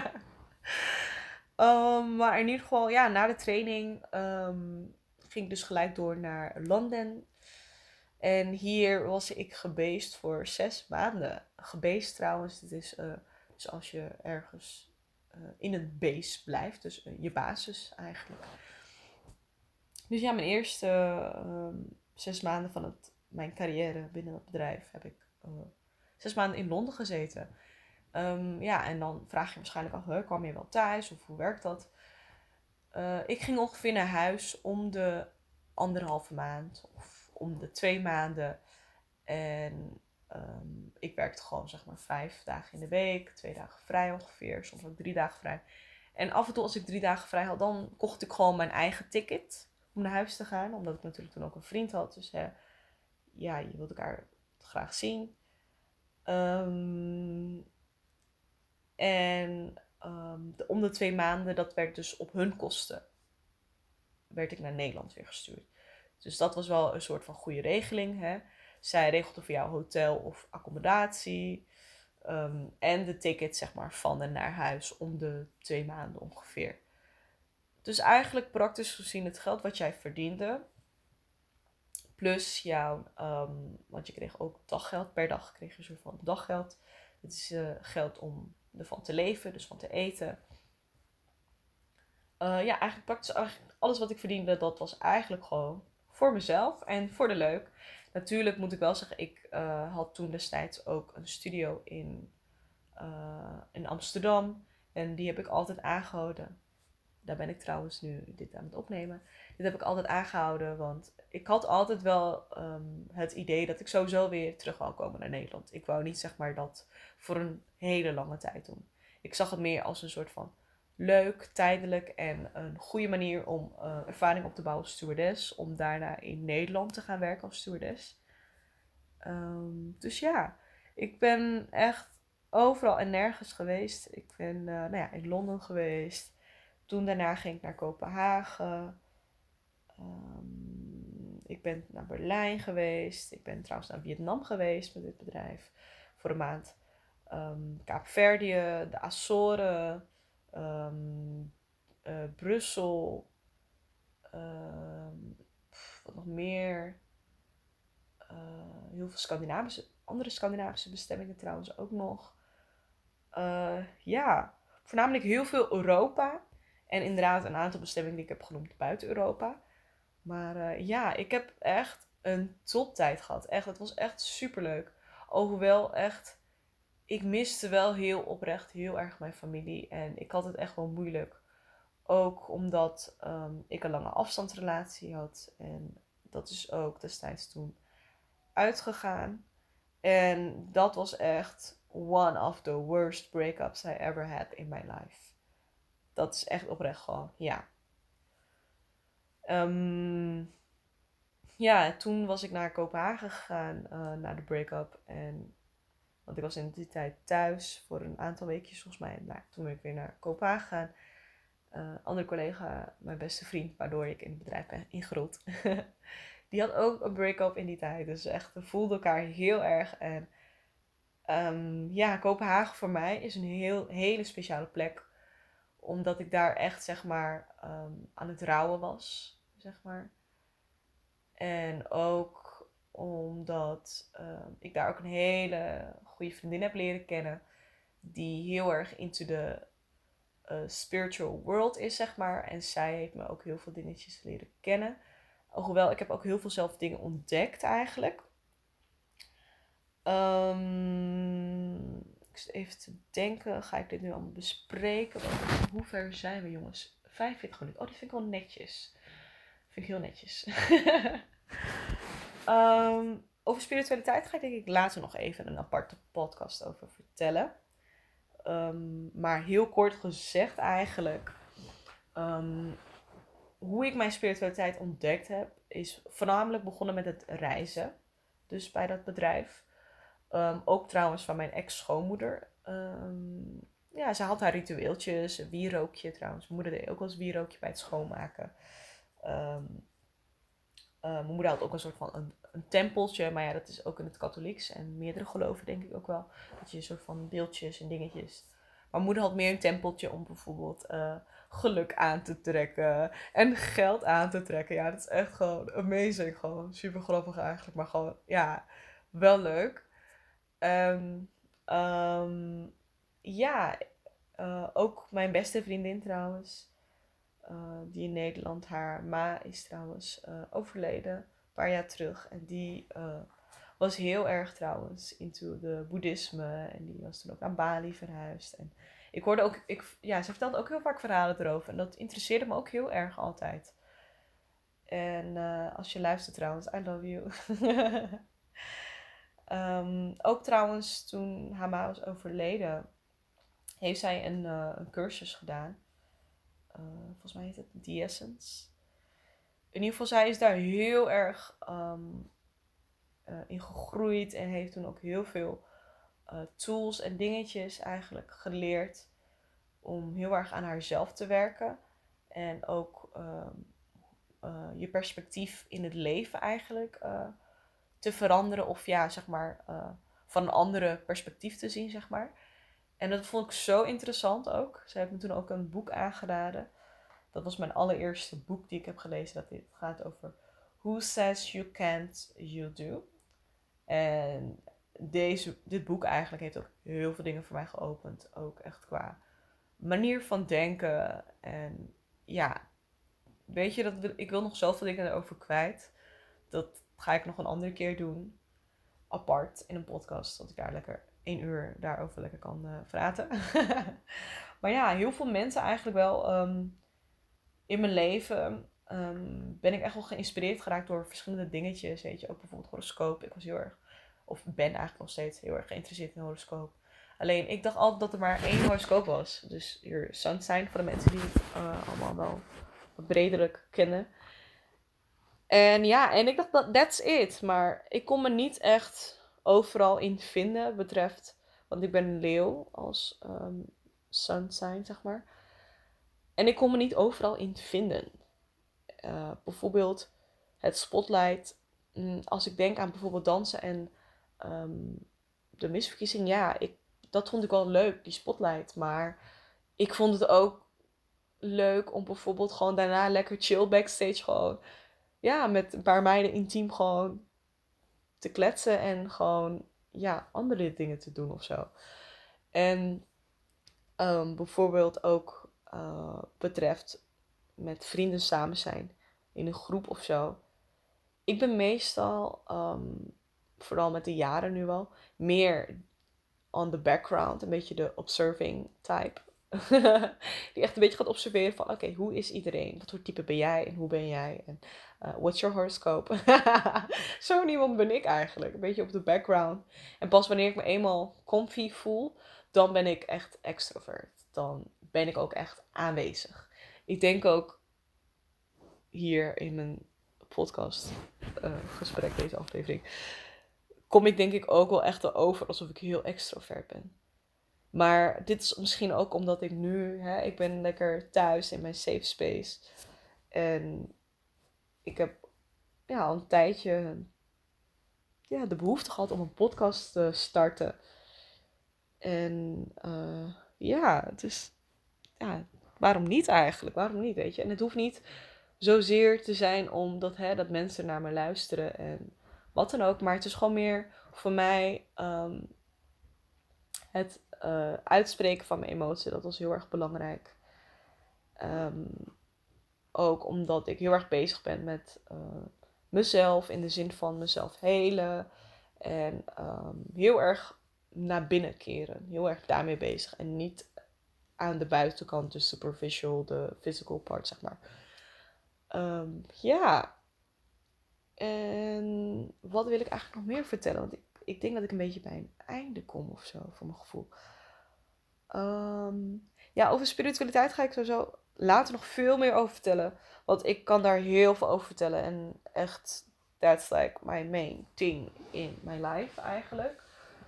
Maar in ieder geval, ja, na de training ging ik dus gelijk door naar Londen. En hier was ik gebeest voor 6 maanden. Gebeest trouwens, dat is dus als je ergens in een base blijft. Dus je basis eigenlijk. Dus ja, mijn eerste 6 maanden van mijn carrière binnen het bedrijf heb ik 6 maanden in Londen gezeten. Ja, en dan vraag je waarschijnlijk af, kwam je wel thuis of hoe werkt dat? Ik ging ongeveer naar huis om de 1,5 maand of om de 2 maanden. En ik werkte gewoon zeg maar 5 dagen in de week, 2 dagen vrij ongeveer, soms ook 3 dagen vrij. En af en toe als ik 3 dagen vrij had, dan kocht ik gewoon mijn eigen ticket om naar huis te gaan. Omdat ik natuurlijk toen ook een vriend had. Dus ja, je wilde elkaar graag zien. Om de 2 maanden, dat werd dus op hun kosten, werd ik naar Nederland weer gestuurd. Dus dat was wel een soort van goede regeling. Hè? Zij regelde voor jou hotel of accommodatie. En de ticket zeg maar van en naar huis om de 2 maanden ongeveer. Dus eigenlijk praktisch gezien het geld wat jij verdiende. Plus jouw, want je kreeg ook daggeld. Per dag kreeg je een soort van daggeld. Het is geld om ervan te leven, dus van te eten. Ja, eigenlijk praktisch alles wat ik verdiende, dat was eigenlijk gewoon voor mezelf en voor de leuk. Natuurlijk moet ik wel zeggen, ik had toen destijds ook een studio in Amsterdam. En die heb ik altijd aangehouden. Daar ben ik trouwens nu dit aan het opnemen. Dit heb ik altijd aangehouden, want ik had altijd wel het idee dat ik sowieso weer terug wou komen naar Nederland. Ik wou niet zeg maar dat voor een hele lange tijd doen. Ik zag het meer als een soort van leuk, tijdelijk en een goede manier om ervaring op te bouwen als stewardess. Om daarna in Nederland te gaan werken als stewardess. Dus ja, ik ben echt overal en nergens geweest. Ik ben in Londen geweest. Toen daarna ging ik naar Kopenhagen. Ik ben naar Berlijn geweest. Ik ben trouwens naar Vietnam geweest met dit bedrijf voor een maand. Kaapverdië, de Azoren, Brussel. Wat nog meer? Heel veel andere Scandinavische bestemmingen trouwens ook nog. Ja, voornamelijk heel veel Europa. En inderdaad een aantal bestemmingen die ik heb genoemd buiten Europa. Maar ja, ik heb echt een toptijd gehad. Echt, het was echt superleuk. Alhoewel echt, ik miste wel heel oprecht heel erg mijn familie. En ik had het echt wel moeilijk. Ook omdat ik een lange afstandsrelatie had. En dat is ook destijds toen uitgegaan. En dat was echt one of the worst breakups I ever had in my life. Dat is echt oprecht gewoon, ja. Ja, toen was ik naar Kopenhagen gegaan na de break-up. Want ik was in die tijd thuis voor een aantal weekjes volgens mij. Nou, toen ben ik weer naar Kopenhagen gegaan. Andere collega, mijn beste vriend, waardoor ik in het bedrijf ben ingerold. Die had ook een break-up in die tijd. Dus echt, we voelden elkaar heel erg. En ja, Kopenhagen voor mij is een hele speciale plek. Omdat ik daar echt, zeg maar, aan het rouwen was, zeg maar. En ook omdat ik daar ook een hele goede vriendin heb leren kennen. Die heel erg into de spiritual world is, zeg maar. En zij heeft me ook heel veel dingetjes leren kennen. Hoewel, ik heb ook heel veel zelf dingen ontdekt eigenlijk. Ik zit even te denken, ga ik dit nu allemaal bespreken? Hoe ver zijn we, jongens? 45 minuten. Oh, die vind ik wel netjes. Vind ik heel netjes. Over spiritualiteit ga ik denk ik later nog even een aparte podcast over vertellen. Maar heel kort gezegd eigenlijk. Hoe ik mijn spiritualiteit ontdekt heb, is voornamelijk begonnen met het reizen. Dus bij dat bedrijf. Ook trouwens van mijn ex-schoonmoeder. Ja, ze had haar ritueeltjes, een wierookje trouwens. Mijn moeder deed ook wel eens wierookje bij het schoonmaken. Mijn moeder had ook een soort van een tempeltje, maar ja, dat is ook in het katholieks en meerdere geloven denk ik ook wel. Dat je een soort van beeldjes en dingetjes. Maar mijn moeder had meer een tempeltje om bijvoorbeeld geluk aan te trekken en geld aan te trekken. Ja, dat is echt gewoon amazing. Gewoon super grappig eigenlijk, maar gewoon, ja, wel leuk. En ja, ook mijn beste vriendin trouwens. Die in Nederland, haar ma is trouwens overleden een paar jaar terug. En die was heel erg trouwens into de boeddhisme. En die was toen ook aan Bali verhuisd. En ik hoorde ook, ja, ze vertelde ook heel vaak verhalen erover. En dat interesseerde me ook heel erg altijd. En als je luistert trouwens, I love you. Ook trouwens, toen haar ma was overleden, heeft zij een cursus gedaan. Volgens mij heet het The Essence. In ieder geval, zij is daar heel erg in gegroeid. En heeft toen ook heel veel tools en dingetjes eigenlijk geleerd. Om heel erg aan haarzelf te werken. En ook je perspectief in het leven eigenlijk te veranderen. Of ja, zeg maar, van een andere perspectief te zien, zeg maar. En dat vond ik zo interessant ook. Ze heeft me toen ook een boek aangeraden. Dat was mijn allereerste boek die ik heb gelezen. Dat dit gaat over Who Says You Can't, You Do. En dit boek eigenlijk heeft ook heel veel dingen voor mij geopend. Ook echt qua manier van denken. En ja, weet je, ik wil nog zoveel dingen erover kwijt. Dat ga ik nog een andere keer doen. Apart in een podcast. Dat ik daar lekker 1 uur daarover lekker kan praten. Maar ja, heel veel mensen eigenlijk wel in mijn leven ben ik echt wel geïnspireerd geraakt door verschillende dingetjes. Weet je, ook bijvoorbeeld horoscoop. Ik was heel erg, of ben eigenlijk nog steeds heel erg geïnteresseerd in horoscoop. Alleen, ik dacht altijd dat er maar 1 horoscoop was. Dus hier sun sign voor de mensen die het allemaal wel wat bredelijk kennen. En ja, en ik dacht dat that's it. Maar ik kon me niet echt overal in vinden betreft, want ik ben een leeuw als sun sign, zeg maar. En ik kon me niet overal in vinden. Bijvoorbeeld het spotlight. Als ik denk aan bijvoorbeeld dansen en de misverkiezing, ja, dat vond ik wel leuk, die spotlight. Maar ik vond het ook leuk om bijvoorbeeld gewoon daarna lekker chill backstage gewoon, ja, met een paar meiden intiem gewoon te kletsen en gewoon, ja, andere dingen te doen of zo. En bijvoorbeeld ook betreft met vrienden samen zijn in een groep of zo. Ik ben meestal, vooral met de jaren nu wel, meer on the background. Een beetje de observing type. Die echt een beetje gaat observeren van, oké, hoe is iedereen? Wat voor type ben jij en hoe ben jij? En what's your horoscope? Zo iemand ben ik eigenlijk. Een beetje op de background. En pas wanneer ik me eenmaal comfy voel, dan ben ik echt extrovert. Dan ben ik ook echt aanwezig. Ik denk ook hier in mijn podcast gesprek, deze aflevering, kom ik denk ik ook wel echt over alsof ik heel extrovert ben. Maar dit is misschien ook omdat ik nu, ik ben lekker thuis in mijn safe space. En ik heb al een tijdje de behoefte gehad om een podcast te starten. En dus waarom niet eigenlijk? Waarom niet, weet je? En het hoeft niet zozeer te zijn omdat dat mensen naar me luisteren en wat dan ook. Maar het is gewoon meer voor mij het uitspreken van mijn emotie. Dat was heel erg belangrijk. ook omdat ik heel erg bezig ben met mezelf. In de zin van mezelf helen. En heel erg naar binnen keren. Heel erg daarmee bezig. En niet aan de buitenkant, dus superficial, de physical part, zeg maar. Ja. En wat wil ik eigenlijk nog meer vertellen? Want ik denk dat ik een beetje bij een einde kom of zo, voor mijn gevoel. Ja, over spiritualiteit ga ik sowieso later nog veel meer over vertellen. Want ik kan daar heel veel over vertellen. En echt, that's like my main thing in my life eigenlijk.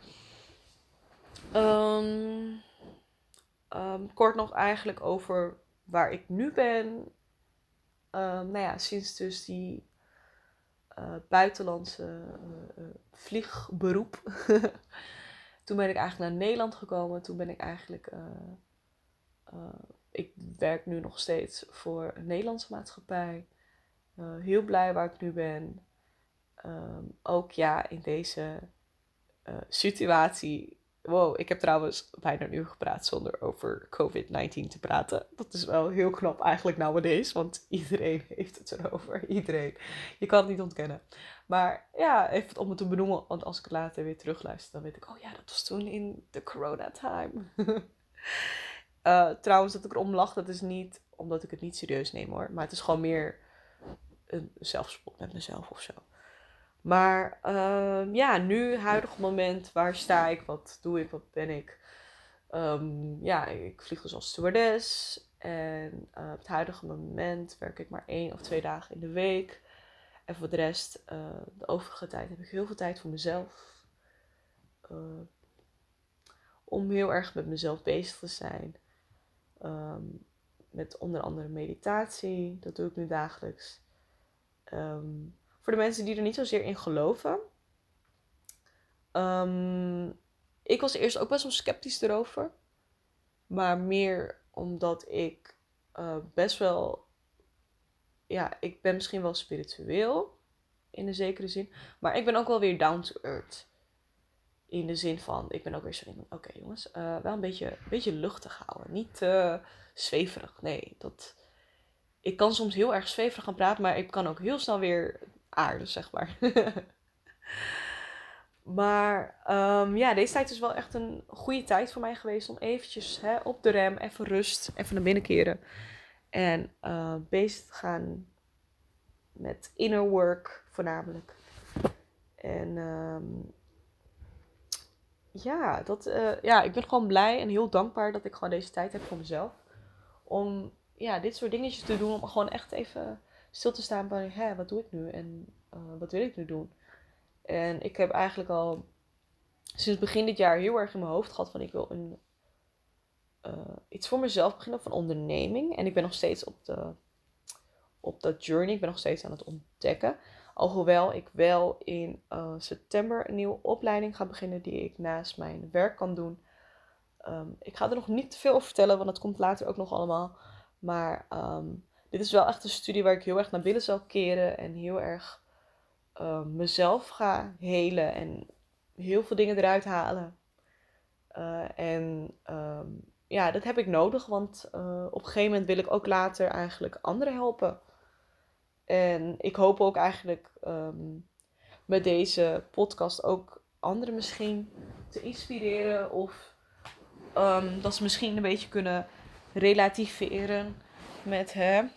Kort nog eigenlijk over waar ik nu ben. Nou ja, sinds dus die buitenlandse vliegberoep. Toen ben ik eigenlijk naar Nederland gekomen. Toen ben ik eigenlijk... ik werk nu nog steeds voor een Nederlandse maatschappij. Heel blij waar ik nu ben. Ook ja, in deze situatie. Wow, ik heb trouwens bijna een uur gepraat zonder over COVID-19 te praten. Dat is wel heel knap eigenlijk nowadays, want iedereen heeft het erover. Iedereen. Je kan het niet ontkennen. Maar ja, even om het te benoemen, want als ik het later weer terugluister, dan weet ik, oh ja, dat was toen in de corona time. Trouwens, dat ik erom lach, dat is niet omdat ik het niet serieus neem hoor. Maar het is gewoon meer een zelfspot met mezelf of zo. Maar ja, nu, huidig moment, waar sta ik? Wat doe ik? Wat ben ik? Ja, ik vlieg dus als stewardess. En op het huidige moment werk ik maar 1 of 2 dagen in de week. En voor de rest, de overige tijd, heb ik heel veel tijd voor mezelf. Om heel erg met mezelf bezig te zijn. Met onder andere meditatie. Dat doe ik nu dagelijks. Voor de mensen die er niet zozeer in geloven. Ik was eerst ook best wel sceptisch erover. Maar meer omdat ik best wel... Ja, ik ben misschien wel spiritueel. In een zekere zin. Maar ik ben ook wel weer down to earth. In de zin van, ik ben ook weer zo iemand... Oké, jongens, wel een beetje luchtig houden. Niet zweverig. Nee, ik kan soms heel erg zweverig gaan praten. Maar ik kan ook heel snel weer aarden, zeg maar. Maar ja, deze tijd is wel echt een goede tijd voor mij geweest om eventjes op de rem, even rust, even naar binnen keren. En bezig te gaan met inner work voornamelijk. En ja, ja, ik ben gewoon blij en heel dankbaar dat ik gewoon deze tijd heb voor mezelf. Om ja, dit soort dingetjes te doen, om gewoon echt even stil te staan bij, wat doe ik nu en wat wil ik nu doen? En ik heb eigenlijk al sinds begin dit jaar heel erg in mijn hoofd gehad van ik wil iets voor mezelf beginnen, of een onderneming. En ik ben nog steeds op dat journey. Ik ben nog steeds aan het ontdekken. Alhoewel ik wel in september een nieuwe opleiding ga beginnen die ik naast mijn werk kan doen. Ik ga er nog niet te veel over vertellen, want dat komt later ook nog allemaal. Maar dit is wel echt een studie waar ik heel erg naar binnen zal keren en heel erg mezelf ga helen en heel veel dingen eruit halen. En ja, dat heb ik nodig, want op een gegeven moment wil ik ook later eigenlijk anderen helpen. En ik hoop ook eigenlijk met deze podcast ook anderen misschien te inspireren. Of dat ze misschien een beetje kunnen relativeren met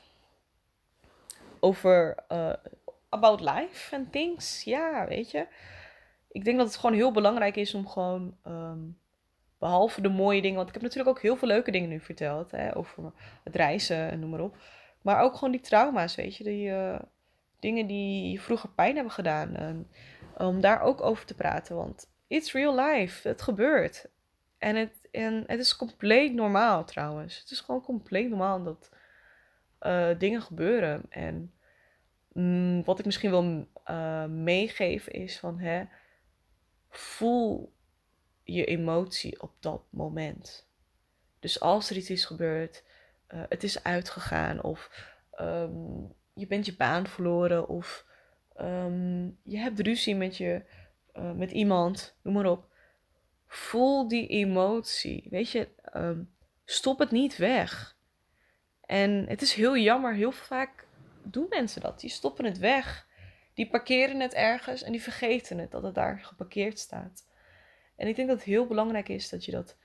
over about life and things. Ja, weet je. Ik denk dat het gewoon heel belangrijk is om gewoon... behalve de mooie dingen, want ik heb natuurlijk ook heel veel leuke dingen nu verteld. Over het reizen en noem maar op. Maar ook gewoon die trauma's, weet je. Die dingen die vroeger pijn hebben gedaan. Om daar ook over te praten. Want it's real life. Het gebeurt. En het is compleet normaal trouwens. Het is gewoon compleet normaal dat dingen gebeuren. En wat ik misschien wil meegeven is van... voel je emotie op dat moment. Dus als er iets is gebeurd, het is uitgegaan of je bent je baan verloren of je hebt ruzie met iemand, noem maar op. Voel die emotie, weet je, stop het niet weg. En het is heel jammer, heel vaak doen mensen dat. Die stoppen het weg. Die parkeren het ergens en die vergeten het dat het daar geparkeerd staat. En ik denk dat het heel belangrijk is dat je dat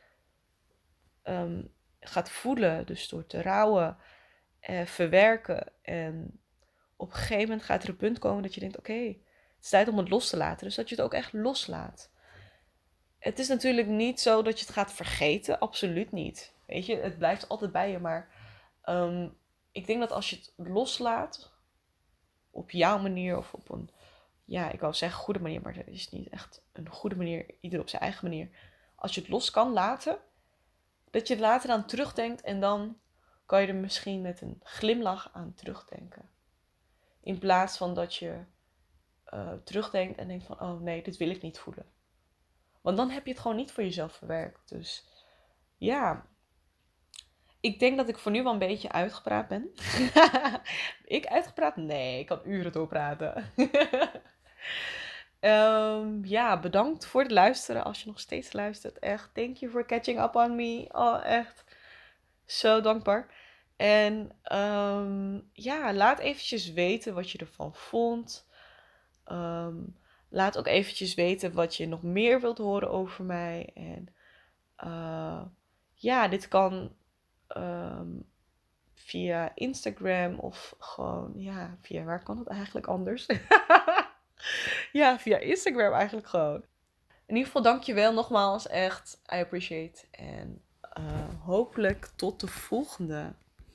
gaat voelen. Dus door te rouwen, verwerken. En op een gegeven moment gaat er een punt komen dat je denkt, oké, het is tijd om het los te laten. Dus dat je het ook echt loslaat. Het is natuurlijk niet zo dat je het gaat vergeten. Absoluut niet. Weet je, het blijft altijd bij je. Maar ik denk dat als je het loslaat, op jouw manier of op een, ja, ik wou zeggen goede manier, maar dat is niet echt een goede manier. Ieder op zijn eigen manier. Als je het los kan laten, dat je het later aan terugdenkt en dan kan je er misschien met een glimlach aan terugdenken. In plaats van dat je terugdenkt en denkt van, oh nee, dit wil ik niet voelen. Want dan heb je het gewoon niet voor jezelf verwerkt. Dus ja, ik denk dat ik voor nu wel een beetje uitgepraat ben. Ik uitgepraat? Nee, ik kan uren doorpraten. Ja, bedankt voor het luisteren. Als je nog steeds luistert, echt. Thank you for catching up on me. Oh, echt. Zo dankbaar. En ja, laat eventjes weten wat je ervan vond. Laat ook eventjes weten wat je nog meer wilt horen over mij. En ja, dit kan via Instagram of gewoon, ja, via waar kan het eigenlijk anders? Ja, via Instagram eigenlijk gewoon. In ieder geval dankjewel nogmaals, echt. I appreciate. En hopelijk tot de volgende.